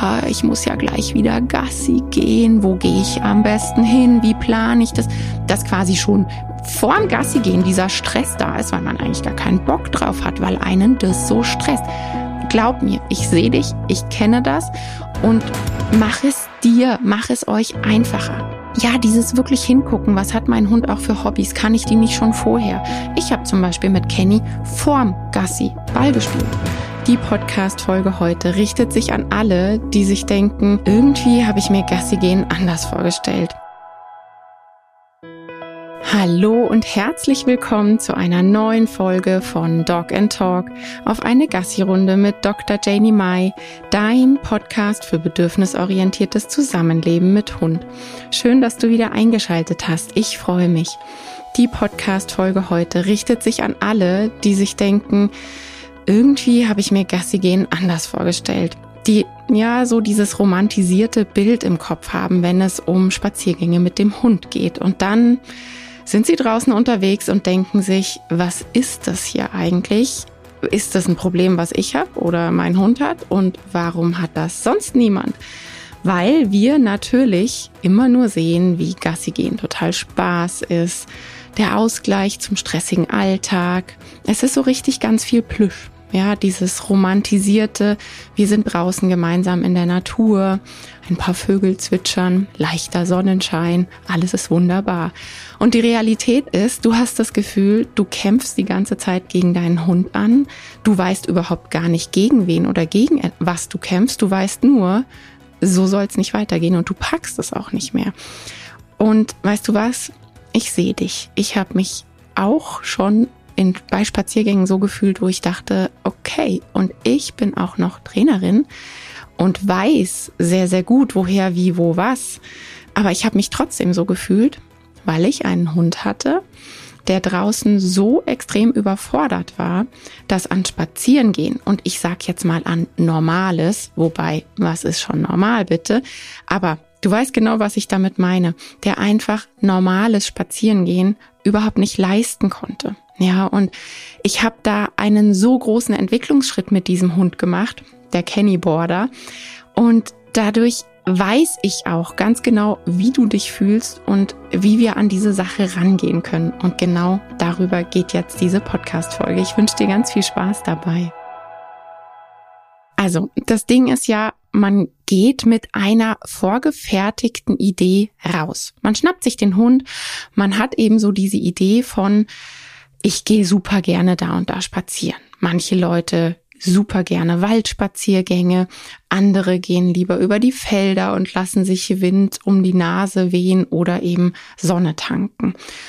ich muss ja gleich wieder Gassi gehen, wo gehe ich am besten hin, wie plane ich das, dass quasi schon vorm Gassi gehen dieser Stress da ist, weil man eigentlich gar keinen Bock drauf hat, weil einen das so stresst. Glaub mir, ich sehe dich, ich kenne das und mach es euch einfacher. Ja, dieses wirklich hingucken, was hat mein Hund auch für Hobbys, kann ich die nicht schon vorher? Ich habe zum Beispiel mit Kenny vorm Gassi Ball gespielt. Die Podcast-Folge heute richtet sich an alle, die sich denken, irgendwie habe ich mir Gassi gehen anders vorgestellt. Hallo und herzlich willkommen zu einer neuen Folge von Dog & Talk auf eine Gassi-Runde mit Dr. Janie Mai, dein Podcast für bedürfnisorientiertes Zusammenleben mit Hund. Schön, dass du wieder eingeschaltet hast. Ich freue mich. Die Podcast-Folge heute richtet sich an alle, die sich denken, irgendwie habe ich mir Gassi gehen anders vorgestellt. Die ja so dieses romantisierte Bild im Kopf haben, wenn es um Spaziergänge mit dem Hund geht. Und dann sind sie draußen unterwegs und denken sich, was ist das hier eigentlich? Ist das ein Problem, was ich habe oder mein Hund hat? Und warum hat das sonst niemand? Weil wir natürlich immer nur sehen, wie Gassi gehen total Spaß ist, der Ausgleich zum stressigen Alltag. Es ist so richtig ganz viel Plüsch. Ja, dieses romantisierte, wir sind draußen gemeinsam in der Natur, ein paar Vögel zwitschern, leichter Sonnenschein, alles ist wunderbar. Und die Realität ist, du hast das Gefühl, du kämpfst die ganze Zeit gegen deinen Hund an, du weißt überhaupt gar nicht gegen wen oder gegen was du kämpfst, du weißt nur, so soll es nicht weitergehen und du packst es auch nicht mehr. Und weißt du was? Ich sehe dich. Ich habe mich auch schon bei Spaziergängen so gefühlt, wo ich dachte, okay, und ich bin auch noch Trainerin und weiß sehr, sehr gut, woher, wie, wo, was. Aber ich habe mich trotzdem so gefühlt, weil ich einen Hund hatte, der draußen so extrem überfordert war, dass an Spazierengehen, und ich sag jetzt mal an Normales, wobei, was ist schon normal bitte, aber du weißt genau, was ich damit meine, der einfach normales Spazierengehen überhaupt nicht leisten konnte. Ja, und ich habe da einen so großen Entwicklungsschritt mit diesem Hund gemacht, der Kenny Border. Und dadurch weiß ich auch ganz genau, wie du dich fühlst und wie wir an diese Sache rangehen können. Und genau darüber geht jetzt diese Podcast-Folge. Ich wünsche dir ganz viel Spaß dabei. Also, das Ding ist ja, man geht mit einer vorgefertigten Idee raus. Man schnappt sich den Hund, man hat eben so diese Idee von, ich gehe super gerne da und da spazieren. Manche Leute super gerne Waldspaziergänge, andere gehen lieber über die Felder und lassen sich Wind um die Nase wehen oder eben Sonne tanken.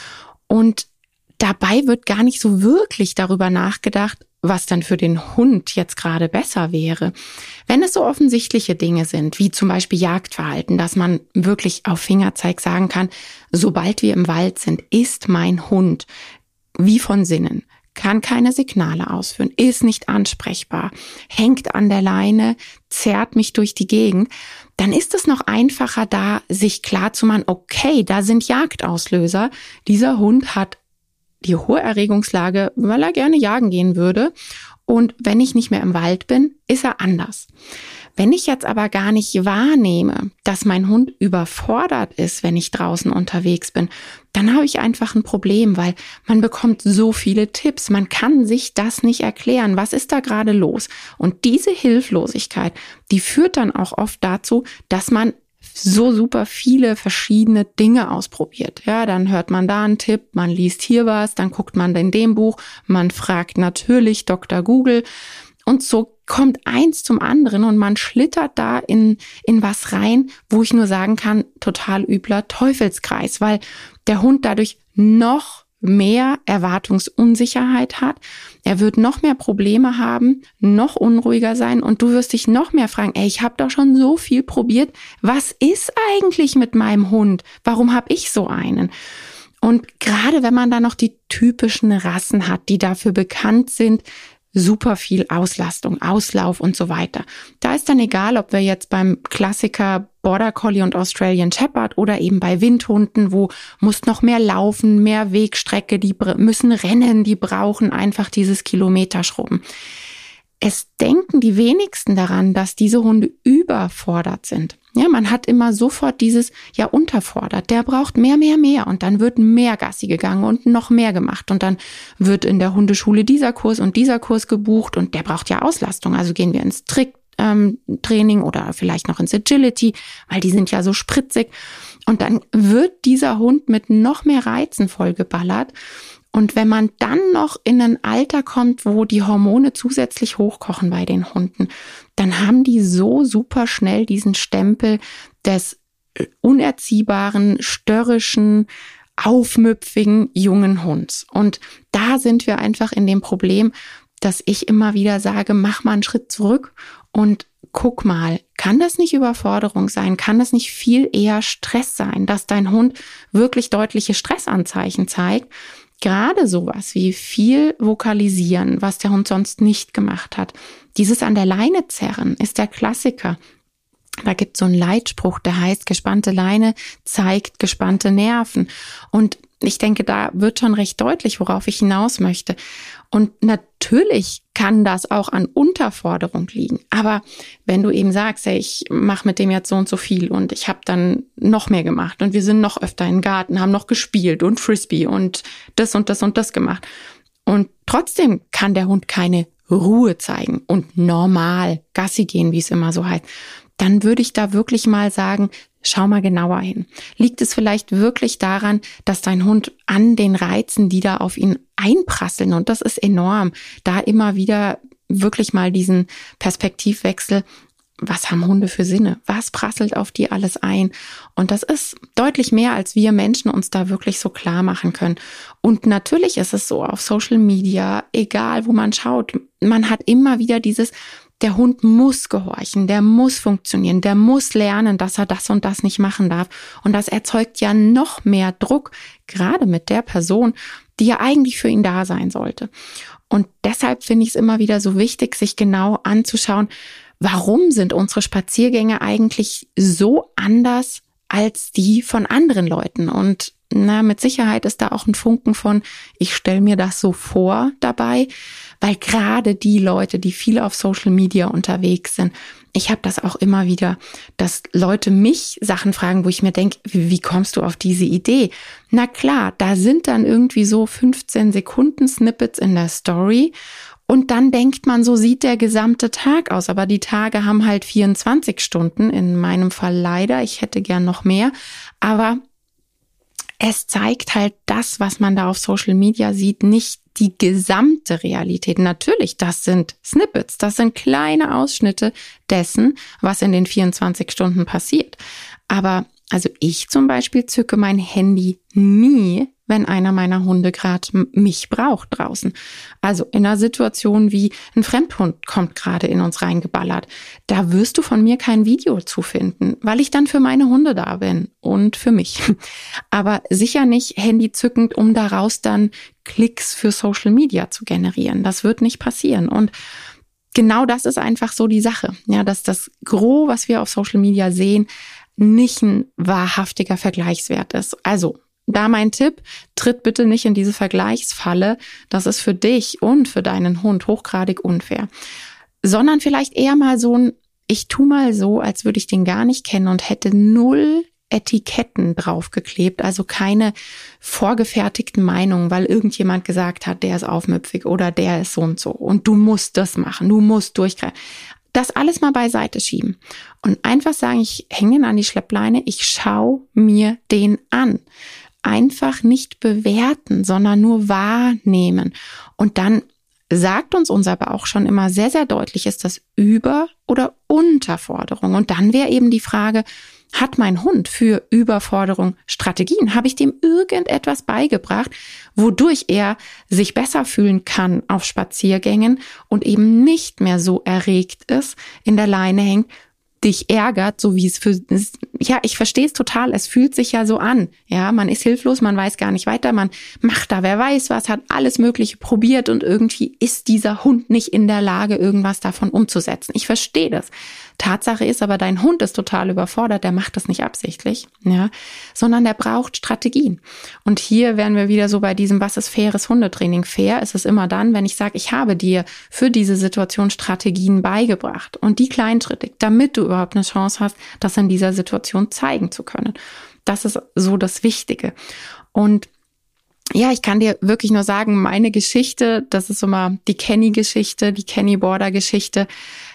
Und dabei wird gar nicht so wirklich darüber nachgedacht, was dann für den Hund jetzt gerade besser wäre. Wenn es so offensichtliche Dinge sind, wie zum Beispiel Jagdverhalten, dass man wirklich auf Fingerzeig sagen kann, sobald wir im Wald sind, ist mein Hund wie von Sinnen, kann keine Signale ausführen, ist nicht ansprechbar, hängt an der Leine, zerrt mich durch die Gegend, dann ist es noch einfacher da, sich klar zu machen, okay, da sind Jagdauslöser, dieser Hund hat die hohe Erregungslage, weil er gerne jagen gehen würde. Und wenn ich nicht mehr im Wald bin, ist er anders. Wenn ich jetzt aber gar nicht wahrnehme, dass mein Hund überfordert ist, wenn ich draußen unterwegs bin, dann habe ich einfach ein Problem, weil man bekommt so viele Tipps. Man kann sich das nicht erklären. Was ist da gerade los? Und diese Hilflosigkeit, die führt dann auch oft dazu, dass man so super viele verschiedene Dinge ausprobiert. Ja, dann hört man da einen Tipp, man liest hier was, dann guckt man in dem Buch, man fragt natürlich Dr. Google und so kommt eins zum anderen und man schlittert da in was rein, wo ich nur sagen kann, total übler Teufelskreis, weil der Hund dadurch noch mehr Erwartungsunsicherheit hat. Er wird noch mehr Probleme haben, noch unruhiger sein und du wirst dich noch mehr fragen, ich habe doch schon so viel probiert. Was ist eigentlich mit meinem Hund? Warum habe ich so einen? Und gerade wenn man da noch die typischen Rassen hat, die dafür bekannt sind, super viel Auslastung, Auslauf und so weiter. Da ist dann egal, ob wir jetzt beim Klassiker Border Collie und Australian Shepherd oder eben bei Windhunden, wo muss noch mehr laufen, mehr Wegstrecke, die müssen rennen, die brauchen einfach dieses Kilometerschrubben. es denken die wenigsten daran, dass diese Hunde überfordert sind. Ja, man hat immer sofort dieses, ja, unterfordert. Der braucht mehr. Und dann wird mehr Gassi gegangen und noch mehr gemacht. Und dann wird in der Hundeschule dieser Kurs gebucht und der braucht ja Auslastung. Also gehen wir ins Training oder vielleicht noch ins Agility, weil die sind ja so spritzig. Und dann wird dieser Hund mit noch mehr Reizen vollgeballert. Und wenn man dann noch in ein Alter kommt, wo die Hormone zusätzlich hochkochen bei den Hunden, dann haben die so super schnell diesen Stempel des unerziehbaren, störrischen, aufmüpfigen jungen Hunds. Und da sind wir einfach in dem Problem, dass ich immer wieder sage, mach mal einen Schritt zurück und guck mal, kann das nicht Überforderung sein? Kann das nicht viel eher Stress sein, dass dein Hund wirklich deutliche Stressanzeichen zeigt? Gerade sowas wie viel vokalisieren, was der Hund sonst nicht gemacht hat. Dieses an der Leine zerren ist der Klassiker. Da gibt es so einen Leitspruch, der heißt, gespannte Leine zeigt gespannte Nerven. Und ich denke, da wird schon recht deutlich, worauf ich hinaus möchte. Und natürlich kann das auch an Unterforderung liegen. Aber wenn du eben sagst, hey, ich mache mit dem jetzt so und so viel und ich habe dann noch mehr gemacht und wir sind noch öfter im Garten, haben noch gespielt und Frisbee und das und das und das gemacht. Und trotzdem kann der Hund keine Ruhe zeigen und normal Gassi gehen, wie es immer so heißt. Dann würde ich da wirklich mal sagen, schau mal genauer hin. Liegt es vielleicht wirklich daran, dass dein Hund an den Reizen, die da auf ihn einprasseln, und das ist enorm, da immer wieder wirklich mal diesen Perspektivwechsel, was haben Hunde für Sinne? Was prasselt auf die alles ein? Und das ist deutlich mehr, als wir Menschen uns da wirklich so klar machen können. Und natürlich ist es so, auf Social Media, egal wo man schaut, man hat immer wieder dieses, der Hund muss gehorchen, der muss funktionieren, der muss lernen, dass er das und das nicht machen darf. Und das erzeugt ja noch mehr Druck, gerade mit der Person, die ja eigentlich für ihn da sein sollte. Und deshalb finde ich es immer wieder so wichtig, sich genau anzuschauen, warum sind unsere Spaziergänge eigentlich so anders als die von anderen Leuten? Und mit Sicherheit ist da auch ein Funken von, ich stelle mir das so vor dabei, weil gerade die Leute, die viel auf Social Media unterwegs sind, ich habe das auch immer wieder, dass Leute mich Sachen fragen, wo ich mir denke, wie kommst du auf diese Idee? Na klar, da sind dann irgendwie so 15 Sekunden Snippets in der Story und dann denkt man, so sieht der gesamte Tag aus. Aber die Tage haben halt 24 Stunden, in meinem Fall leider, ich hätte gern noch mehr, aber es zeigt halt das, was man da auf Social Media sieht, nicht die gesamte Realität. Natürlich, das sind Snippets, das sind kleine Ausschnitte dessen, was in den 24 Stunden passiert. Aber also ich zum Beispiel zücke mein Handy nie, wenn einer meiner Hunde gerade mich braucht draußen. Also in einer Situation wie ein Fremdhund kommt gerade in uns reingeballert. Da wirst du von mir kein Video zu finden, weil ich dann für meine Hunde da bin und für mich. Aber sicher nicht Handy zückend, um daraus dann Klicks für Social Media zu generieren. Das wird nicht passieren. Und genau das ist einfach so die Sache. Ja, dass das Gros, was wir auf Social Media sehen, nicht ein wahrhaftiger Vergleichswert ist. Also da mein Tipp, tritt bitte nicht in diese Vergleichsfalle. Das ist für dich und für deinen Hund hochgradig unfair. Sondern vielleicht eher mal so ein, ich tu mal so, als würde ich den gar nicht kennen und hätte 0 Etiketten draufgeklebt, also keine vorgefertigten Meinungen, weil irgendjemand gesagt hat, der ist aufmüpfig oder der ist so und so und du musst das machen, du musst durchgreifen. Das alles mal beiseite schieben und einfach sagen, ich hänge ihn an die Schleppleine, ich schaue mir den an. Einfach nicht bewerten, sondern nur wahrnehmen. Und dann sagt uns unser Bauch schon immer sehr, sehr deutlich, ist das Über- oder Unterforderung. Und dann wäre eben die Frage, hat mein Hund für Überforderung Strategien? Habe ich dem irgendetwas beigebracht, wodurch er sich besser fühlen kann auf Spaziergängen und eben nicht mehr so erregt ist, in der Leine hängt, dich ärgert, so wie ich verstehe es total, es fühlt sich ja so an, ja, man ist hilflos, man weiß gar nicht weiter, man macht da, wer weiß was, hat alles Mögliche probiert und irgendwie ist dieser Hund nicht in der Lage, irgendwas davon umzusetzen. Ich verstehe das. Tatsache ist aber, dein Hund ist total überfordert, der macht das nicht absichtlich, ja, sondern der braucht Strategien. Und hier wären wir wieder so bei diesem, was ist faires Hundetraining? Fair ist es immer dann, wenn ich sage, ich habe dir für diese Situation Strategien beigebracht und die kleintrittig, damit du überhaupt eine Chance hast, das in dieser Situation zeigen zu können. Das ist so das Wichtige. Und ja, ich kann dir wirklich nur sagen, meine Geschichte, das ist immer die Kenny-Geschichte, die Kenny-Border-Geschichte,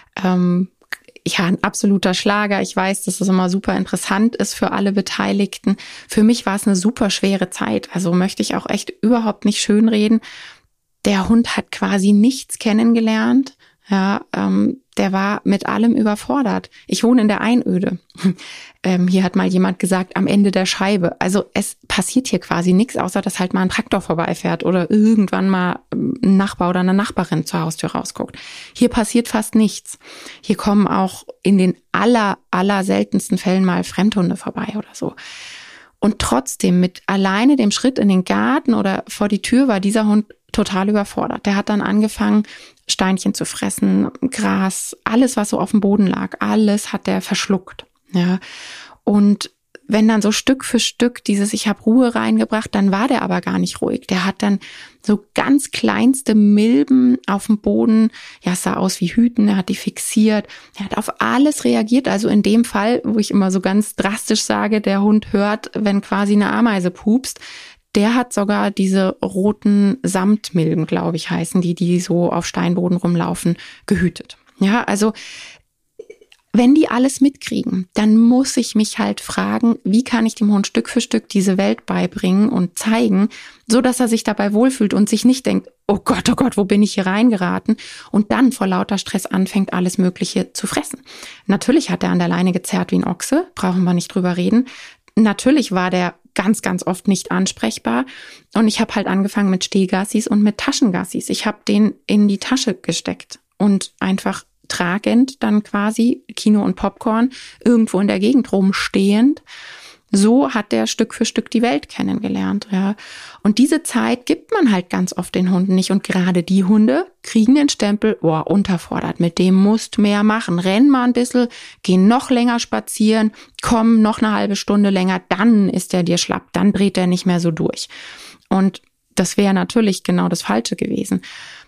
ja, ein absoluter Schlager. Ich weiß, dass das immer super interessant ist für alle Beteiligten. Für mich war es eine super schwere Zeit. Also möchte ich auch echt überhaupt nicht schönreden. Der Hund hat quasi nichts kennengelernt. Ja, der war mit allem überfordert. Ich wohne in der Einöde. Hier hat mal jemand gesagt, am Ende der Scheibe. Also es passiert hier quasi nichts, außer dass halt mal ein Traktor vorbeifährt oder irgendwann mal ein Nachbar oder eine Nachbarin zur Haustür rausguckt. Hier passiert fast nichts. Hier kommen auch in den aller seltensten Fällen mal Fremdhunde vorbei oder so. Und trotzdem mit alleine dem Schritt in den Garten oder vor die Tür war dieser Hund total überfordert. Der hat dann angefangen, Steinchen zu fressen, Gras, alles, was so auf dem Boden lag, alles hat der verschluckt. Ja. Und wenn dann so Stück für Stück ich habe Ruhe reingebracht, dann war der aber gar nicht ruhig. Der hat dann so ganz kleinste Milben auf dem Boden, ja, es sah aus wie Hüten, er hat die fixiert, er hat auf alles reagiert. Also in dem Fall, wo ich immer so ganz drastisch sage, der Hund hört, wenn quasi eine Ameise pupst, der hat sogar diese roten Samtmilben, glaube ich, heißen die so auf Steinboden rumlaufen, gehütet. Ja, also wenn die alles mitkriegen, dann muss ich mich halt fragen, wie kann ich dem Hund Stück für Stück diese Welt beibringen und zeigen, so dass er sich dabei wohlfühlt und sich nicht denkt, oh Gott, wo bin ich hier reingeraten? Und dann vor lauter Stress anfängt, alles Mögliche zu fressen. Natürlich hat er an der Leine gezerrt wie ein Ochse, brauchen wir nicht drüber reden. Natürlich war der ganz, ganz oft nicht ansprechbar. Und ich habe halt angefangen mit Stehgassis und mit Taschengassis. Ich habe den in die Tasche gesteckt und einfach tragend dann quasi Kino und Popcorn irgendwo in der Gegend rumstehend. So hat der Stück für Stück die Welt kennengelernt, ja. Und diese Zeit gibt man halt ganz oft den Hunden nicht. Und gerade die Hunde kriegen den Stempel, unterfordert, mit dem musst mehr machen. Renn mal ein bisschen, geh noch länger spazieren, komm noch eine halbe Stunde länger, dann ist der dir schlapp, dann dreht der nicht mehr so durch. Und das wäre natürlich genau das Falsche gewesen.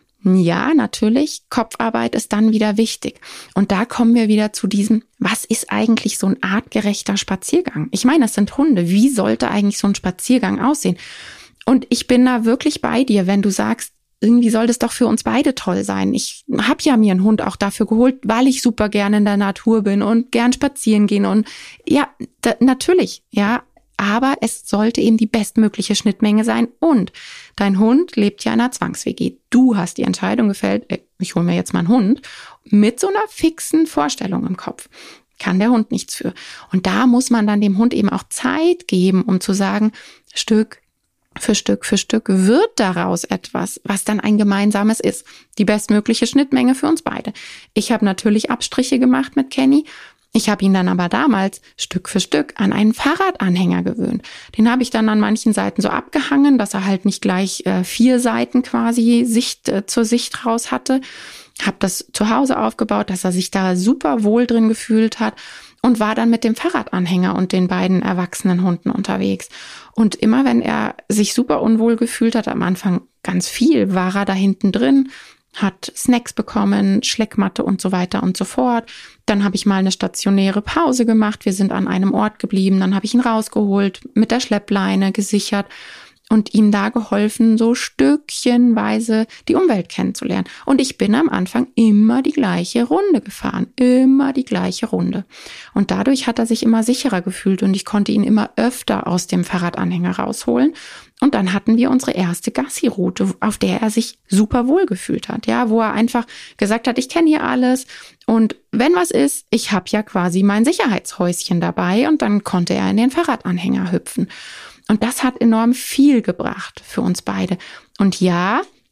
Ja, natürlich, Kopfarbeit ist dann wieder wichtig. Und da kommen wir wieder zu diesem, was ist eigentlich so ein artgerechter Spaziergang? Ich meine, das sind Hunde. Wie sollte eigentlich so ein Spaziergang aussehen? Und ich bin da wirklich bei dir, wenn du sagst, irgendwie soll das doch für uns beide toll sein. Ich habe ja mir einen Hund auch dafür geholt, weil ich super gerne in der Natur bin und gern spazieren gehen. Und ja, natürlich, ja. Aber es sollte eben die bestmögliche Schnittmenge sein. Und dein Hund lebt ja in einer Zwangs-WG. Du hast die Entscheidung gefällt, ich hole mir jetzt mal einen Hund, mit so einer fixen Vorstellung im Kopf. Kann der Hund nichts für. Und da muss man dann dem Hund eben auch Zeit geben, um zu sagen, Stück für Stück wird daraus etwas, was dann ein gemeinsames ist. Die bestmögliche Schnittmenge für uns beide. Ich habe natürlich Abstriche gemacht mit Kenny. Ich habe ihn dann aber damals Stück für Stück an einen Fahrradanhänger gewöhnt. Den habe ich dann an manchen Seiten so abgehangen, dass er halt nicht gleich 4 Seiten quasi zur Sicht raus hatte. Habe das zu Hause aufgebaut, dass er sich da super wohl drin gefühlt hat und war dann mit dem Fahrradanhänger und den beiden erwachsenen Hunden unterwegs. Und immer wenn er sich super unwohl gefühlt hat, am Anfang ganz viel, war er da hinten drin, hat Snacks bekommen, Schleckmatte und so weiter und so fort. Dann habe ich mal eine stationäre Pause gemacht. Wir sind an einem Ort geblieben. Dann habe ich ihn rausgeholt, mit der Schleppleine gesichert und ihm da geholfen, so stückchenweise die Umwelt kennenzulernen. Und ich bin am Anfang immer die gleiche Runde gefahren. Immer die gleiche Runde. Und dadurch hat er sich immer sicherer gefühlt und ich konnte ihn immer öfter aus dem Fahrradanhänger rausholen. Und dann hatten wir unsere erste Gassi-Route, auf der er sich super wohl gefühlt hat. Ja, wo er einfach gesagt hat, ich kenne hier alles. Und wenn was ist, ich habe ja quasi mein Sicherheitshäuschen dabei. Und dann konnte er in den Fahrradanhänger hüpfen. Und das hat enorm viel gebracht für uns beide. Und ja,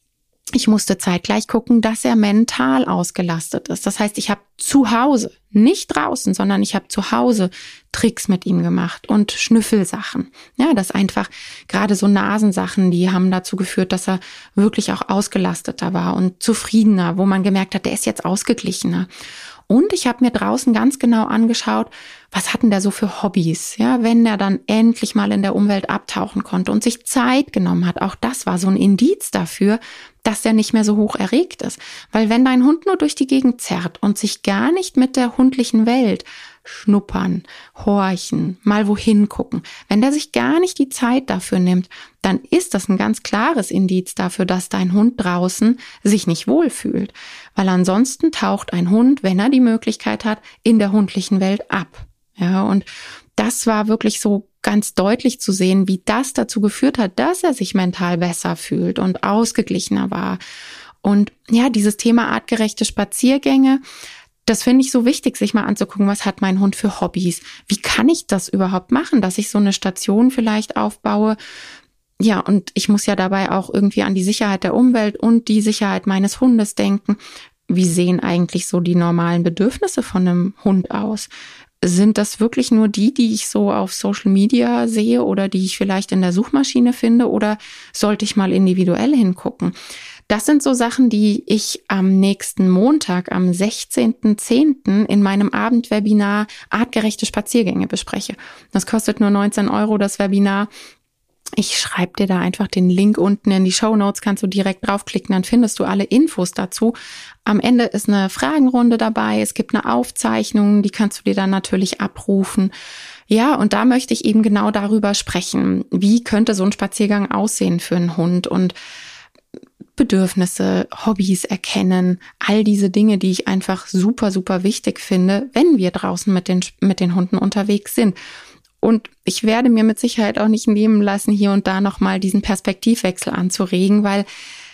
ich musste zeitgleich gucken, dass er mental ausgelastet ist. Das heißt, ich habe zu Hause, nicht draußen, sondern ich habe zu Hause Tricks mit ihm gemacht und Schnüffelsachen. Ja, das einfach gerade so Nasensachen, die haben dazu geführt, dass er wirklich auch ausgelasteter war und zufriedener, wo man gemerkt hat, der ist jetzt ausgeglichener. Und ich habe mir draußen ganz genau angeschaut, was hat denn der so für Hobbys? Ja, wenn er dann endlich mal in der Umwelt abtauchen konnte und sich Zeit genommen hat. Auch das war so ein Indiz dafür, dass er nicht mehr so hoch erregt ist. Weil wenn dein Hund nur durch die Gegend zerrt und sich gar nicht mit der hundlichen Welt schnuppern, horchen, mal wohin gucken, wenn der sich gar nicht die Zeit dafür nimmt, dann ist das ein ganz klares Indiz dafür, dass dein Hund draußen sich nicht wohlfühlt. Weil ansonsten taucht ein Hund, wenn er die Möglichkeit hat, in der hundlichen Welt ab. Ja, und das war wirklich so ganz deutlich zu sehen, wie das dazu geführt hat, dass er sich mental besser fühlt und ausgeglichener war. Und ja, dieses Thema artgerechte Spaziergänge, das finde ich so wichtig, sich mal anzugucken, was hat mein Hund für Hobbys? Wie kann ich das überhaupt machen, dass ich so eine Station vielleicht aufbaue? Ja, und ich muss ja dabei auch irgendwie an die Sicherheit der Umwelt und die Sicherheit meines Hundes denken. Wie sehen eigentlich so die normalen Bedürfnisse von einem Hund aus? Sind das wirklich nur die ich so auf Social Media sehe oder die ich vielleicht in der Suchmaschine finde, oder sollte ich mal individuell hingucken? Das sind so Sachen, die ich am nächsten Montag, am 16.10. in meinem Abendwebinar Artgerechte Spaziergänge bespreche. Das kostet nur 19 €, das Webinar. Ich schreibe dir da einfach den Link unten in die Shownotes, kannst du direkt draufklicken, dann findest du alle Infos dazu. Am Ende ist eine Fragenrunde dabei, es gibt eine Aufzeichnung, die kannst du dir dann natürlich abrufen. Ja, und da möchte ich eben genau darüber sprechen, wie könnte so ein Spaziergang aussehen für einen Hund und Bedürfnisse, Hobbys erkennen, all diese Dinge, die ich einfach super, super wichtig finde, wenn wir draußen mit den Hunden unterwegs sind. Und ich werde mir mit Sicherheit auch nicht nehmen lassen, hier und da nochmal diesen Perspektivwechsel anzuregen, weil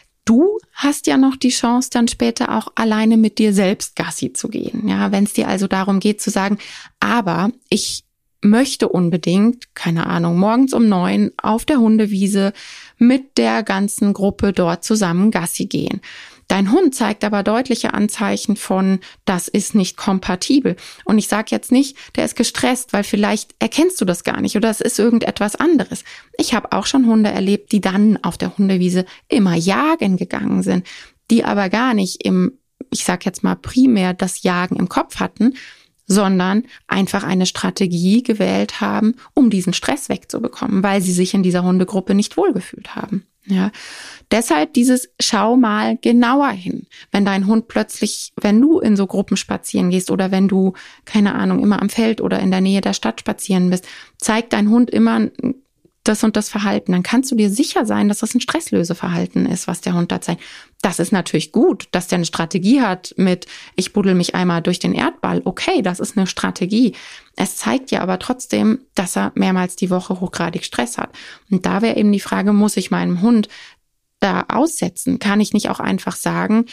du hast ja noch die Chance, dann später auch alleine mit dir selbst Gassi zu gehen. Ja, wenn es dir also darum geht zu sagen, aber ich möchte unbedingt, keine Ahnung, morgens um 9 auf der Hundewiese mit der ganzen Gruppe dort zusammen Gassi gehen. Dein Hund zeigt aber deutliche Anzeichen von, das ist nicht kompatibel. Und ich sage jetzt nicht, der ist gestresst, weil vielleicht erkennst du das gar nicht oder es ist irgendetwas anderes. Ich habe auch schon Hunde erlebt, die dann auf der Hundewiese immer jagen gegangen sind, die aber gar nicht ich sage jetzt mal primär das Jagen im Kopf hatten, sondern einfach eine Strategie gewählt haben, um diesen Stress wegzubekommen, weil sie sich in dieser Hundegruppe nicht wohlgefühlt haben. Ja, deshalb schau mal genauer hin. Wenn dein Hund plötzlich, wenn du in so Gruppen spazieren gehst oder wenn du, keine Ahnung, immer am Feld oder in der Nähe der Stadt spazieren bist, zeigt dein Hund immer das und das Verhalten. Dann kannst du dir sicher sein, dass das ein Stresslöseverhalten ist, was der Hund da zeigt. Das ist natürlich gut, dass der eine Strategie hat mit, ich buddel mich einmal durch den Erdball. Okay, das ist eine Strategie. Es zeigt ja aber trotzdem, dass er mehrmals die Woche hochgradig Stress hat. Und da wäre eben die Frage, muss ich meinem Hund da aussetzen? Kann ich nicht auch einfach sagen,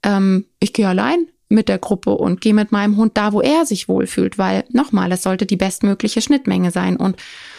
ich gehe allein mit der Gruppe und gehe mit meinem Hund da, wo er sich wohlfühlt? Weil, nochmal, es sollte die bestmögliche Schnittmenge sein. Und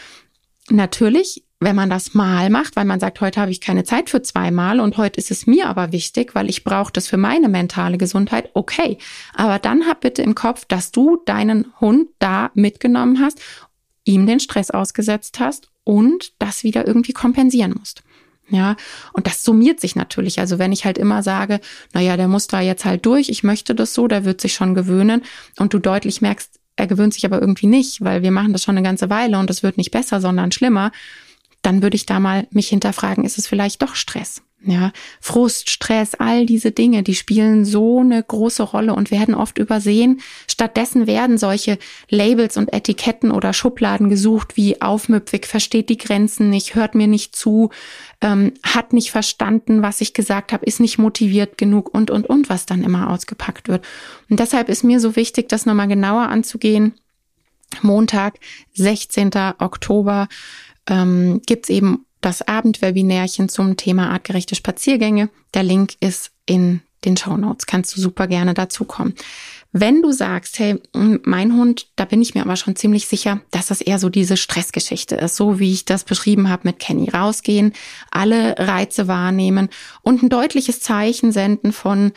natürlich, wenn man das mal macht, weil man sagt, heute habe ich keine Zeit für 2 Mal und heute ist es mir aber wichtig, weil ich brauche das für meine mentale Gesundheit, okay. Aber dann hab bitte im Kopf, dass du deinen Hund da mitgenommen hast, ihm den Stress ausgesetzt hast und das wieder irgendwie kompensieren musst. Ja, und das summiert sich natürlich. Also wenn ich halt immer sage, naja, der muss da jetzt halt durch, ich möchte das so, der wird sich schon gewöhnen und du deutlich merkst, er gewöhnt sich aber irgendwie nicht, weil wir machen das schon eine ganze Weile und es wird nicht besser, sondern schlimmer, dann würde ich da mal mich hinterfragen, ist es vielleicht doch Stress? Ja, Frust, Stress, all diese Dinge, die spielen so eine große Rolle und werden oft übersehen. Stattdessen werden solche Labels und Etiketten oder Schubladen gesucht wie aufmüpfig, versteht die Grenzen nicht, hört mir nicht zu, hat nicht verstanden, was ich gesagt habe, ist nicht motiviert genug und, was dann immer ausgepackt wird. Und deshalb ist mir so wichtig, das nochmal genauer anzugehen. Montag, 16. Oktober, gibt's eben das Abendwebinärchen zum Thema artgerechte Spaziergänge. Der Link ist in den Shownotes. Kannst du super gerne dazukommen. Wenn du sagst, hey, mein Hund, da bin ich mir aber schon ziemlich sicher, dass das eher so diese Stressgeschichte ist, so wie ich das beschrieben habe mit Kenny. Rausgehen, alle Reize wahrnehmen und ein deutliches Zeichen senden von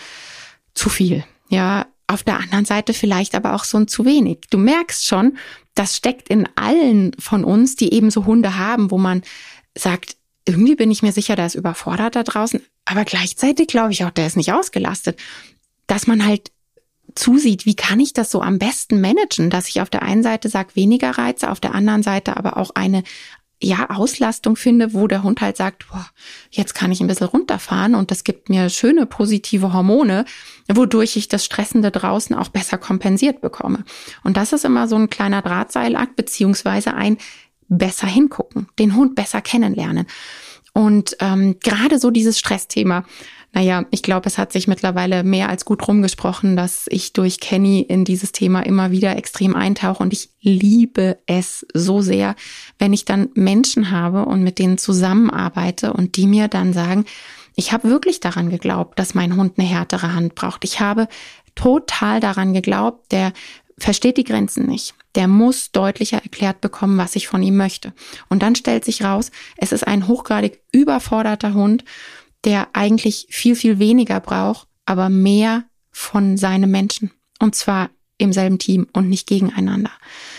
zu viel. Ja, auf der anderen Seite vielleicht aber auch so ein zu wenig. Du merkst schon, das steckt in allen von uns, die eben so Hunde haben, wo man sagt, irgendwie bin ich mir sicher, der ist überfordert da draußen, aber gleichzeitig glaube ich auch, der ist nicht ausgelastet. Dass man halt zusieht, wie kann ich das so am besten managen, dass ich auf der einen Seite sage, weniger Reize, auf der anderen Seite aber auch eine Auslastung finde, wo der Hund halt sagt, boah, jetzt kann ich ein bisschen runterfahren und das gibt mir schöne positive Hormone, wodurch ich das Stressende draußen auch besser kompensiert bekomme. Und das ist immer so ein kleiner Drahtseilakt, beziehungsweise ein besser hingucken, den Hund besser kennenlernen. Und gerade so dieses Stressthema, naja, ich glaube, es hat sich mittlerweile mehr als gut rumgesprochen, dass ich durch Kenny in dieses Thema immer wieder extrem eintauche und ich liebe es so sehr, wenn ich dann Menschen habe und mit denen zusammenarbeite und die mir dann sagen, ich habe wirklich daran geglaubt, dass mein Hund eine härtere Hand braucht. Ich habe total daran geglaubt, der versteht die Grenzen nicht. Der muss deutlicher erklärt bekommen, was ich von ihm möchte. Und dann stellt sich raus, es ist ein hochgradig überforderter Hund, der eigentlich viel, viel weniger braucht, aber mehr von seinem Menschen. Und zwar im selben Team und nicht gegeneinander.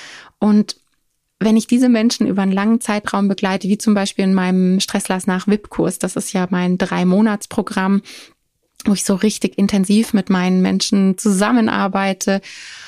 Und wenn ich diese Menschen über einen langen Zeitraum begleite, wie zum Beispiel in meinem Stresslass nach VIP-Kurs, das ist ja mein 3-Monats-Programm, wo ich so richtig intensiv mit meinen Menschen zusammenarbeite.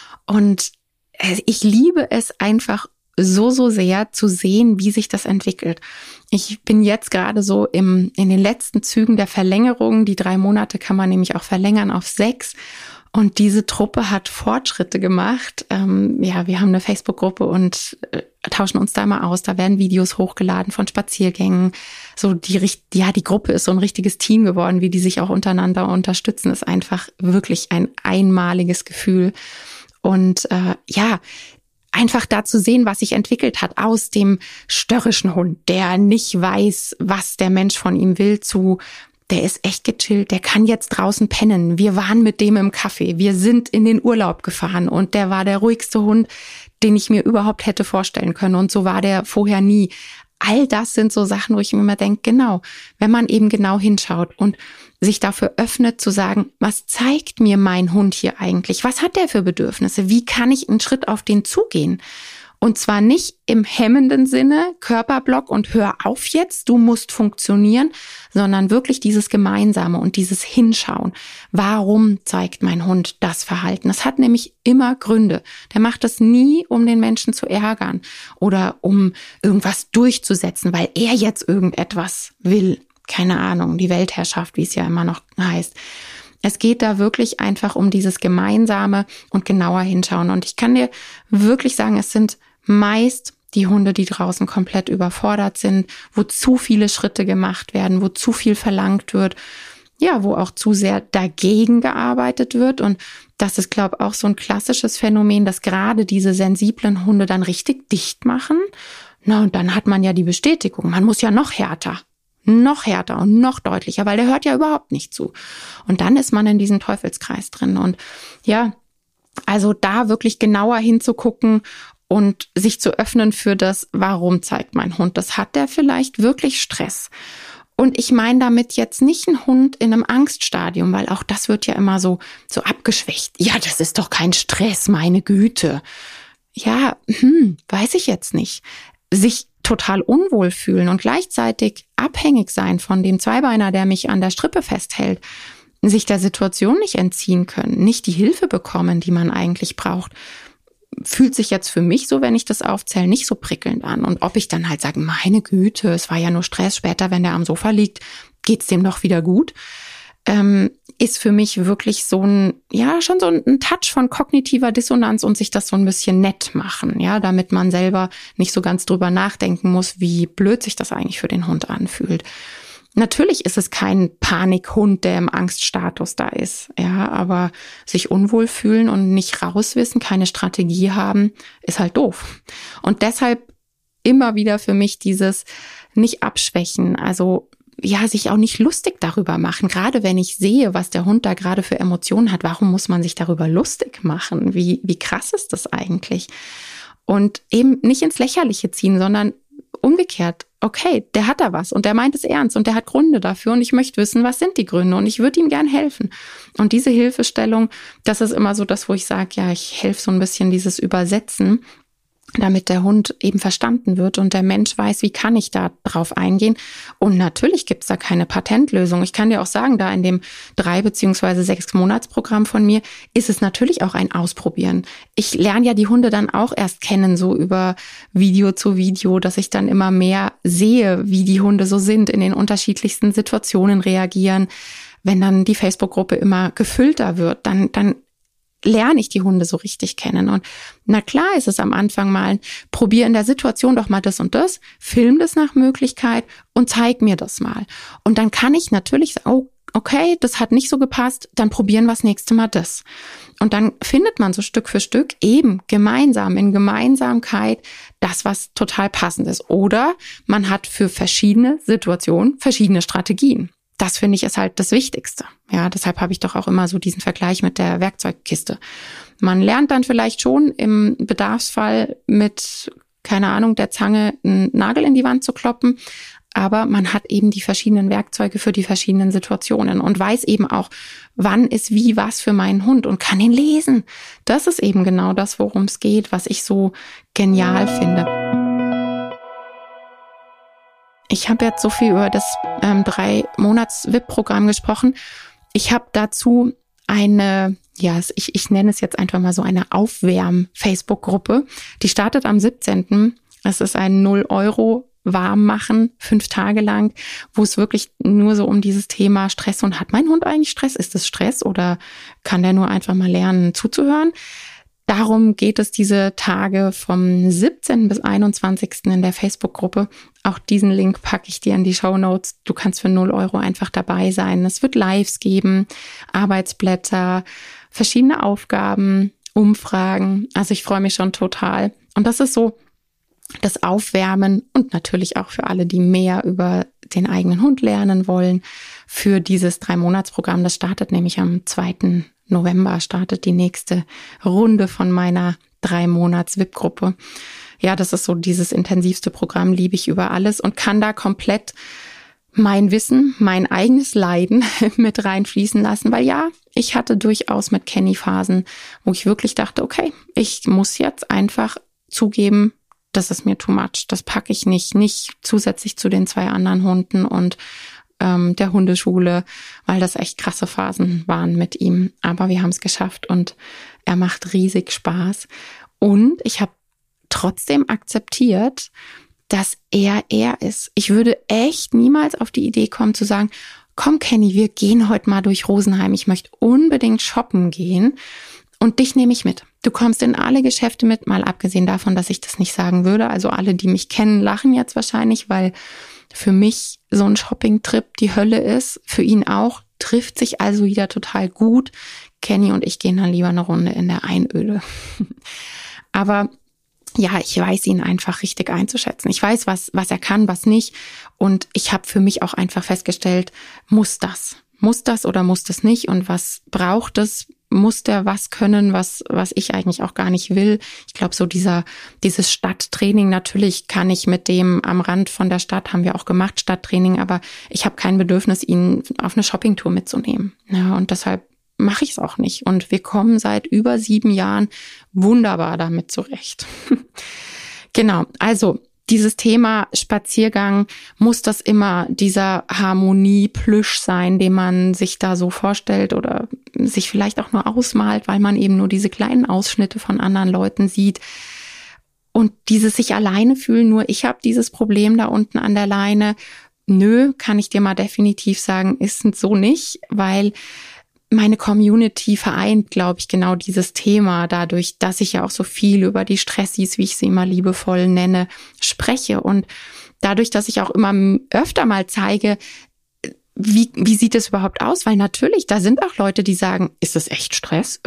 Und ich liebe es einfach so sehr zu sehen, wie sich das entwickelt. Ich bin jetzt gerade so in den letzten Zügen der Verlängerung. Die 3 Monate kann man nämlich auch verlängern auf 6. Und diese Truppe hat Fortschritte gemacht. Wir haben eine Facebook-Gruppe und tauschen uns da mal aus. Da werden Videos hochgeladen von Spaziergängen. So die Gruppe ist so ein richtiges Team geworden, wie die sich auch untereinander unterstützen, ist einfach wirklich ein einmaliges Gefühl. Und einfach da zu sehen, was sich entwickelt hat aus dem störrischen Hund, der nicht weiß, was der Mensch von ihm will, zu der ist echt gechillt, der kann jetzt draußen pennen. Wir waren mit dem im Café, wir sind in den Urlaub gefahren und der war der ruhigste Hund, den ich mir überhaupt hätte vorstellen können. Und so war der vorher nie. All das sind so Sachen, wo ich mir immer denke, genau, wenn man eben genau hinschaut und sich dafür öffnet zu sagen, was zeigt mir mein Hund hier eigentlich? Was hat der für Bedürfnisse? Wie kann ich einen Schritt auf den zugehen? Und zwar nicht im hemmenden Sinne, Körperblock und hör auf jetzt, du musst funktionieren, sondern wirklich dieses Gemeinsame und dieses Hinschauen. Warum zeigt mein Hund das Verhalten? Das hat nämlich immer Gründe. Der macht das nie, um den Menschen zu ärgern oder um irgendwas durchzusetzen, weil er jetzt irgendetwas will. Keine Ahnung, die Weltherrschaft, wie es ja immer noch heißt. Es geht da wirklich einfach um dieses Gemeinsame und genauer hinschauen. Und ich kann dir wirklich sagen, es sind meist die Hunde, die draußen komplett überfordert sind, wo zu viele Schritte gemacht werden, wo zu viel verlangt wird, ja, wo auch zu sehr dagegen gearbeitet wird. Und das ist, glaube ich, auch so ein klassisches Phänomen, dass gerade diese sensiblen Hunde dann richtig dicht machen. Na, und dann hat man ja die Bestätigung, man muss ja noch härter und noch deutlicher, weil der hört ja überhaupt nicht zu. Und dann ist man in diesem Teufelskreis drin. Und ja, also da wirklich genauer hinzugucken und sich zu öffnen für das, warum zeigt mein Hund das? Hat der vielleicht wirklich Stress? Und ich meine damit jetzt nicht einen Hund in einem Angststadium, weil auch das wird ja immer so abgeschwächt. Ja, das ist doch kein Stress, meine Güte. Ja, weiß ich jetzt nicht. Sich total unwohl fühlen und gleichzeitig abhängig sein von dem Zweibeiner, der mich an der Strippe festhält, sich der Situation nicht entziehen können, nicht die Hilfe bekommen, die man eigentlich braucht, fühlt sich jetzt für mich so, wenn ich das aufzähle, nicht so prickelnd an. Und ob ich dann halt sage, meine Güte, es war ja nur Stress, später, wenn der am Sofa liegt, geht's dem doch wieder gut, ist für mich wirklich so schon so ein Touch von kognitiver Dissonanz und sich das so ein bisschen nett machen, ja, damit man selber nicht so ganz drüber nachdenken muss, wie blöd sich das eigentlich für den Hund anfühlt. Natürlich ist es kein Panikhund, der im Angststatus da ist, ja, aber sich unwohl fühlen und nicht rauswissen, keine Strategie haben, ist halt doof. Und deshalb immer wieder für mich dieses nicht abschwächen, also sich auch nicht lustig darüber machen. Gerade wenn ich sehe, was der Hund da gerade für Emotionen hat, warum muss man sich darüber lustig machen? Wie krass ist das eigentlich? Und eben nicht ins Lächerliche ziehen, sondern umgekehrt. Okay, der hat da was und der meint es ernst und der hat Gründe dafür und ich möchte wissen, was sind die Gründe und ich würde ihm gern helfen. Und diese Hilfestellung, das ist immer so das, wo ich sage, ja, ich helfe so ein bisschen dieses Übersetzen, damit der Hund eben verstanden wird und der Mensch weiß, wie kann ich da drauf eingehen. Und natürlich gibt's da keine Patentlösung. Ich kann dir auch sagen, da in dem 3 bzw. 6 Monatsprogramm von mir ist es natürlich auch ein Ausprobieren. Ich lerne ja die Hunde dann auch erst kennen, so über Video zu Video, dass ich dann immer mehr sehe, wie die Hunde so sind, in den unterschiedlichsten Situationen reagieren. Wenn dann die Facebook-Gruppe immer gefüllter wird, dann lerne ich die Hunde so richtig kennen. Und na klar ist es am Anfang mal, probier in der Situation doch mal das und das, film das nach Möglichkeit und zeig mir das mal. Und dann kann ich natürlich sagen, oh, okay, das hat nicht so gepasst, dann probieren wir das nächste Mal das. Und dann findet man so Stück für Stück eben gemeinsam, in Gemeinsamkeit, das, was total passend ist. Oder man hat für verschiedene Situationen verschiedene Strategien. Das finde ich ist halt das Wichtigste. Ja, deshalb habe ich doch auch immer so diesen Vergleich mit der Werkzeugkiste. Man lernt dann vielleicht schon im Bedarfsfall mit, keine Ahnung, der Zange einen Nagel in die Wand zu kloppen, aber man hat eben die verschiedenen Werkzeuge für die verschiedenen Situationen und weiß eben auch, wann ist wie was für meinen Hund und kann ihn lesen. Das ist eben genau das, worum es geht, was ich so genial finde. Ich habe jetzt so viel über das 3-Monats-VIP-Programm gesprochen. Ich habe dazu eine, ich nenne es jetzt einfach mal so eine Aufwärm-Facebook-Gruppe. Die startet am 17. Es ist ein 0 € warm machen, 5 Tage lang, wo es wirklich nur so um dieses Thema Stress und hat mein Hund eigentlich Stress? Ist es Stress oder kann der nur einfach mal lernen zuzuhören? Darum geht es diese Tage vom 17. bis 21. in der Facebook-Gruppe. Auch diesen Link packe ich dir in die Shownotes. Du kannst für 0 € einfach dabei sein. Es wird Lives geben, Arbeitsblätter, verschiedene Aufgaben, Umfragen. Also ich freue mich schon total. Und das ist so das Aufwärmen und natürlich auch für alle, die mehr über den eigenen Hund lernen wollen, für dieses 3-Monats-Programm. Das startet nämlich am 2. November, startet die nächste Runde von meiner 3-Monats-VIP-Gruppe. Ja, das ist so dieses intensivste Programm, liebe ich über alles und kann da komplett mein Wissen, mein eigenes Leiden mit reinfließen lassen, weil ja, ich hatte durchaus mit Kenny Phasen, wo ich wirklich dachte, okay, ich muss jetzt einfach zugeben, das ist mir too much, das packe ich nicht zusätzlich zu den 2 anderen Hunden und der Hundeschule, weil das echt krasse Phasen waren mit ihm. Aber wir haben es geschafft und er macht riesig Spaß. Und ich habe trotzdem akzeptiert, dass er ist. Ich würde echt niemals auf die Idee kommen zu sagen, komm Kenny, wir gehen heute mal durch Rosenheim. Ich möchte unbedingt shoppen gehen und dich nehme ich mit. Du kommst in alle Geschäfte mit, mal abgesehen davon, dass ich das nicht sagen würde. Also alle, die mich kennen, lachen jetzt wahrscheinlich, weil für mich so ein Shopping-Trip die Hölle ist, für ihn auch, trifft sich also wieder total gut. Kenny und ich gehen dann lieber eine Runde in der Einöde. Aber ja, ich weiß ihn einfach richtig einzuschätzen. Ich weiß, was er kann, was nicht. Und ich habe für mich auch einfach festgestellt, muss das oder muss das nicht? Und was braucht es? Muss der was können, was ich eigentlich auch gar nicht will. Ich glaube, so dieses Stadttraining, natürlich kann ich mit dem am Rand von der Stadt, haben wir auch gemacht, Stadttraining, aber ich habe kein Bedürfnis, ihn auf eine Shoppingtour mitzunehmen. Ja, und deshalb mache ich es auch nicht. Und wir kommen seit über 7 Jahren wunderbar damit zurecht. Genau, also dieses Thema Spaziergang, muss das immer dieser Harmonie-Plüsch sein, den man sich da so vorstellt oder sich vielleicht auch nur ausmalt, weil man eben nur diese kleinen Ausschnitte von anderen Leuten sieht. Und dieses sich alleine fühlen, nur ich habe dieses Problem da unten an der Leine. Nö, kann ich dir mal definitiv sagen, ist so nicht, weil meine Community vereint, glaube ich, genau dieses Thema dadurch, dass ich ja auch so viel über die Stressis, wie ich sie immer liebevoll nenne, spreche. Und dadurch, dass ich auch immer öfter mal zeige, wie sieht es überhaupt aus? Weil natürlich, da sind auch Leute, die sagen, ist das echt Stress?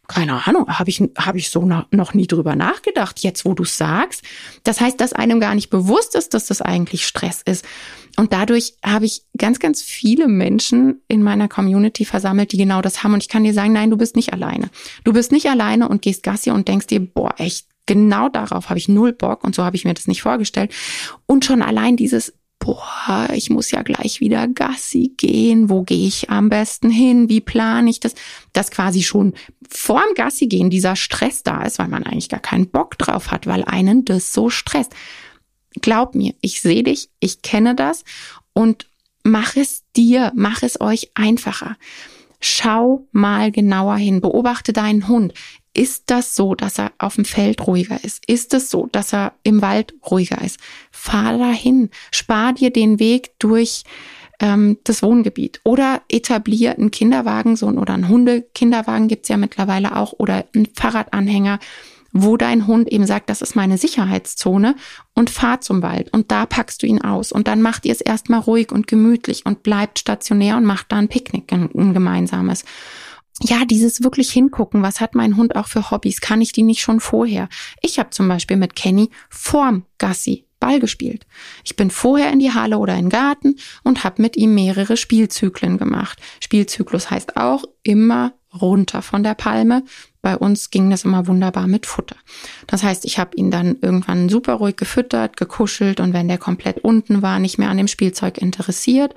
Keine Ahnung, habe ich so noch nie drüber nachgedacht, jetzt wo du es sagst. Das heißt, dass einem gar nicht bewusst ist, dass das eigentlich Stress ist. Und dadurch habe ich ganz, ganz viele Menschen in meiner Community versammelt, die genau das haben. Und ich kann dir sagen, nein, du bist nicht alleine. Du bist nicht alleine und gehst Gassi und denkst dir, boah, echt, genau darauf habe ich null Bock und so habe ich mir das nicht vorgestellt. Und schon allein dieses, boah, ich muss ja gleich wieder Gassi gehen. Wo gehe ich am besten hin? Wie plane ich das? Dass quasi schon vorm Gassi gehen dieser Stress da ist, weil man eigentlich gar keinen Bock drauf hat, weil einen das so stresst. Glaub mir, ich sehe dich, ich kenne das und mach es euch einfacher. Schau mal genauer hin, beobachte deinen Hund. Ist das so, dass er auf dem Feld ruhiger ist? Ist es so, dass er im Wald ruhiger ist? Fahr dahin, spar dir den Weg durch das Wohngebiet oder etablier einen Kinderwagen, so oder einen Hundekinderwagen gibt's ja mittlerweile auch oder einen Fahrradanhänger, wo dein Hund eben sagt, das ist meine Sicherheitszone und fahr zum Wald und da packst du ihn aus und dann macht ihr es erstmal ruhig und gemütlich und bleibt stationär und macht da ein Picknick, ein gemeinsames. Ja, dieses wirklich hingucken, was hat mein Hund auch für Hobbys, kann ich die nicht schon vorher? Ich habe zum Beispiel mit Kenny vorm Gassi Ball gespielt. Ich bin vorher in die Halle oder in den Garten und habe mit ihm mehrere Spielzyklen gemacht. Spielzyklus heißt auch immer runter von der Palme. Bei uns ging das immer wunderbar mit Futter. Das heißt, ich habe ihn dann irgendwann super ruhig gefüttert, gekuschelt und wenn der komplett unten war, nicht mehr an dem Spielzeug interessiert,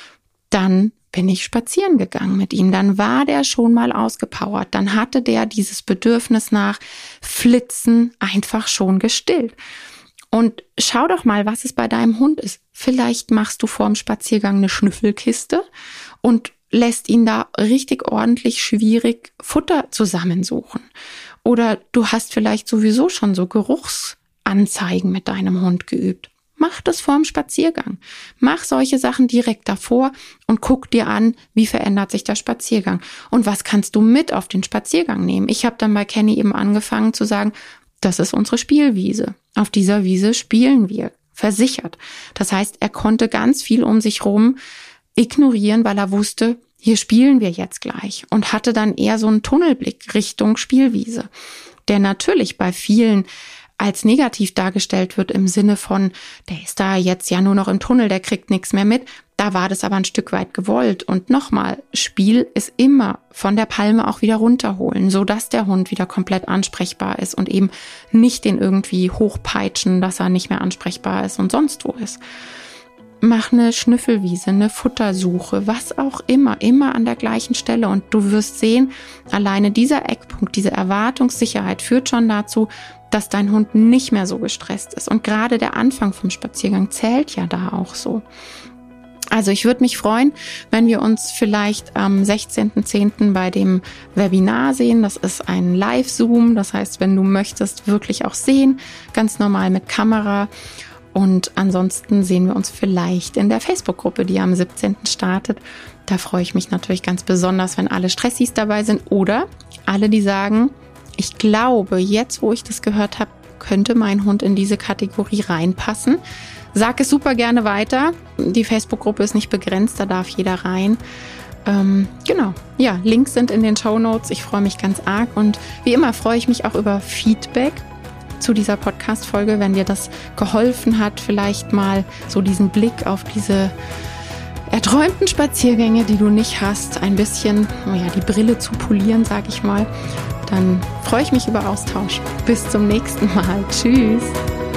dann bin ich spazieren gegangen mit ihm. Dann war der schon mal ausgepowert. Dann hatte der dieses Bedürfnis nach Flitzen einfach schon gestillt. Und schau doch mal, was es bei deinem Hund ist. Vielleicht machst du vorm Spaziergang eine Schnüffelkiste und lässt ihn da richtig ordentlich schwierig Futter zusammensuchen. Oder du hast vielleicht sowieso schon so Geruchsanzeigen mit deinem Hund geübt. Mach das vorm Spaziergang. Mach solche Sachen direkt davor und guck dir an, wie verändert sich der Spaziergang. Und was kannst du mit auf den Spaziergang nehmen? Ich habe dann bei Kenny eben angefangen zu sagen, das ist unsere Spielwiese. Auf dieser Wiese spielen wir, versichert. Das heißt, er konnte ganz viel um sich rum ignorieren, weil er wusste, hier spielen wir jetzt gleich und hatte dann eher so einen Tunnelblick Richtung Spielwiese, der natürlich bei vielen als negativ dargestellt wird im Sinne von, der ist da jetzt ja nur noch im Tunnel, der kriegt nichts mehr mit. Da war das aber ein Stück weit gewollt. Und nochmal, Spiel ist immer von der Palme auch wieder runterholen, sodass der Hund wieder komplett ansprechbar ist und eben nicht den irgendwie hochpeitschen, dass er nicht mehr ansprechbar ist und sonst wo ist. Mach eine Schnüffelwiese, eine Futtersuche, was auch immer an der gleichen Stelle. Und du wirst sehen, alleine dieser Eckpunkt, diese Erwartungssicherheit führt schon dazu, dass dein Hund nicht mehr so gestresst ist. Und gerade der Anfang vom Spaziergang zählt ja da auch so. Also ich würde mich freuen, wenn wir uns vielleicht am 16.10. bei dem Webinar sehen. Das ist ein Live-Zoom. Das heißt, wenn du möchtest, wirklich auch sehen, ganz normal mit Kamera. Und ansonsten sehen wir uns vielleicht in der Facebook-Gruppe, die am 17. startet. Da freue ich mich natürlich ganz besonders, wenn alle Stressis dabei sind oder alle, die sagen, ich glaube, jetzt, wo ich das gehört habe, könnte mein Hund in diese Kategorie reinpassen. Sag es super gerne weiter. Die Facebook-Gruppe ist nicht begrenzt, da darf jeder rein. Genau. Ja, Links sind in den Shownotes. Ich freue mich ganz arg und wie immer freue ich mich auch über Feedback zu dieser Podcast-Folge, wenn dir das geholfen hat, vielleicht mal so diesen Blick auf diese erträumten Spaziergänge, die du nicht hast, ein bisschen, die Brille zu polieren, sag ich mal, dann freue ich mich über Austausch. Bis zum nächsten Mal. Tschüss.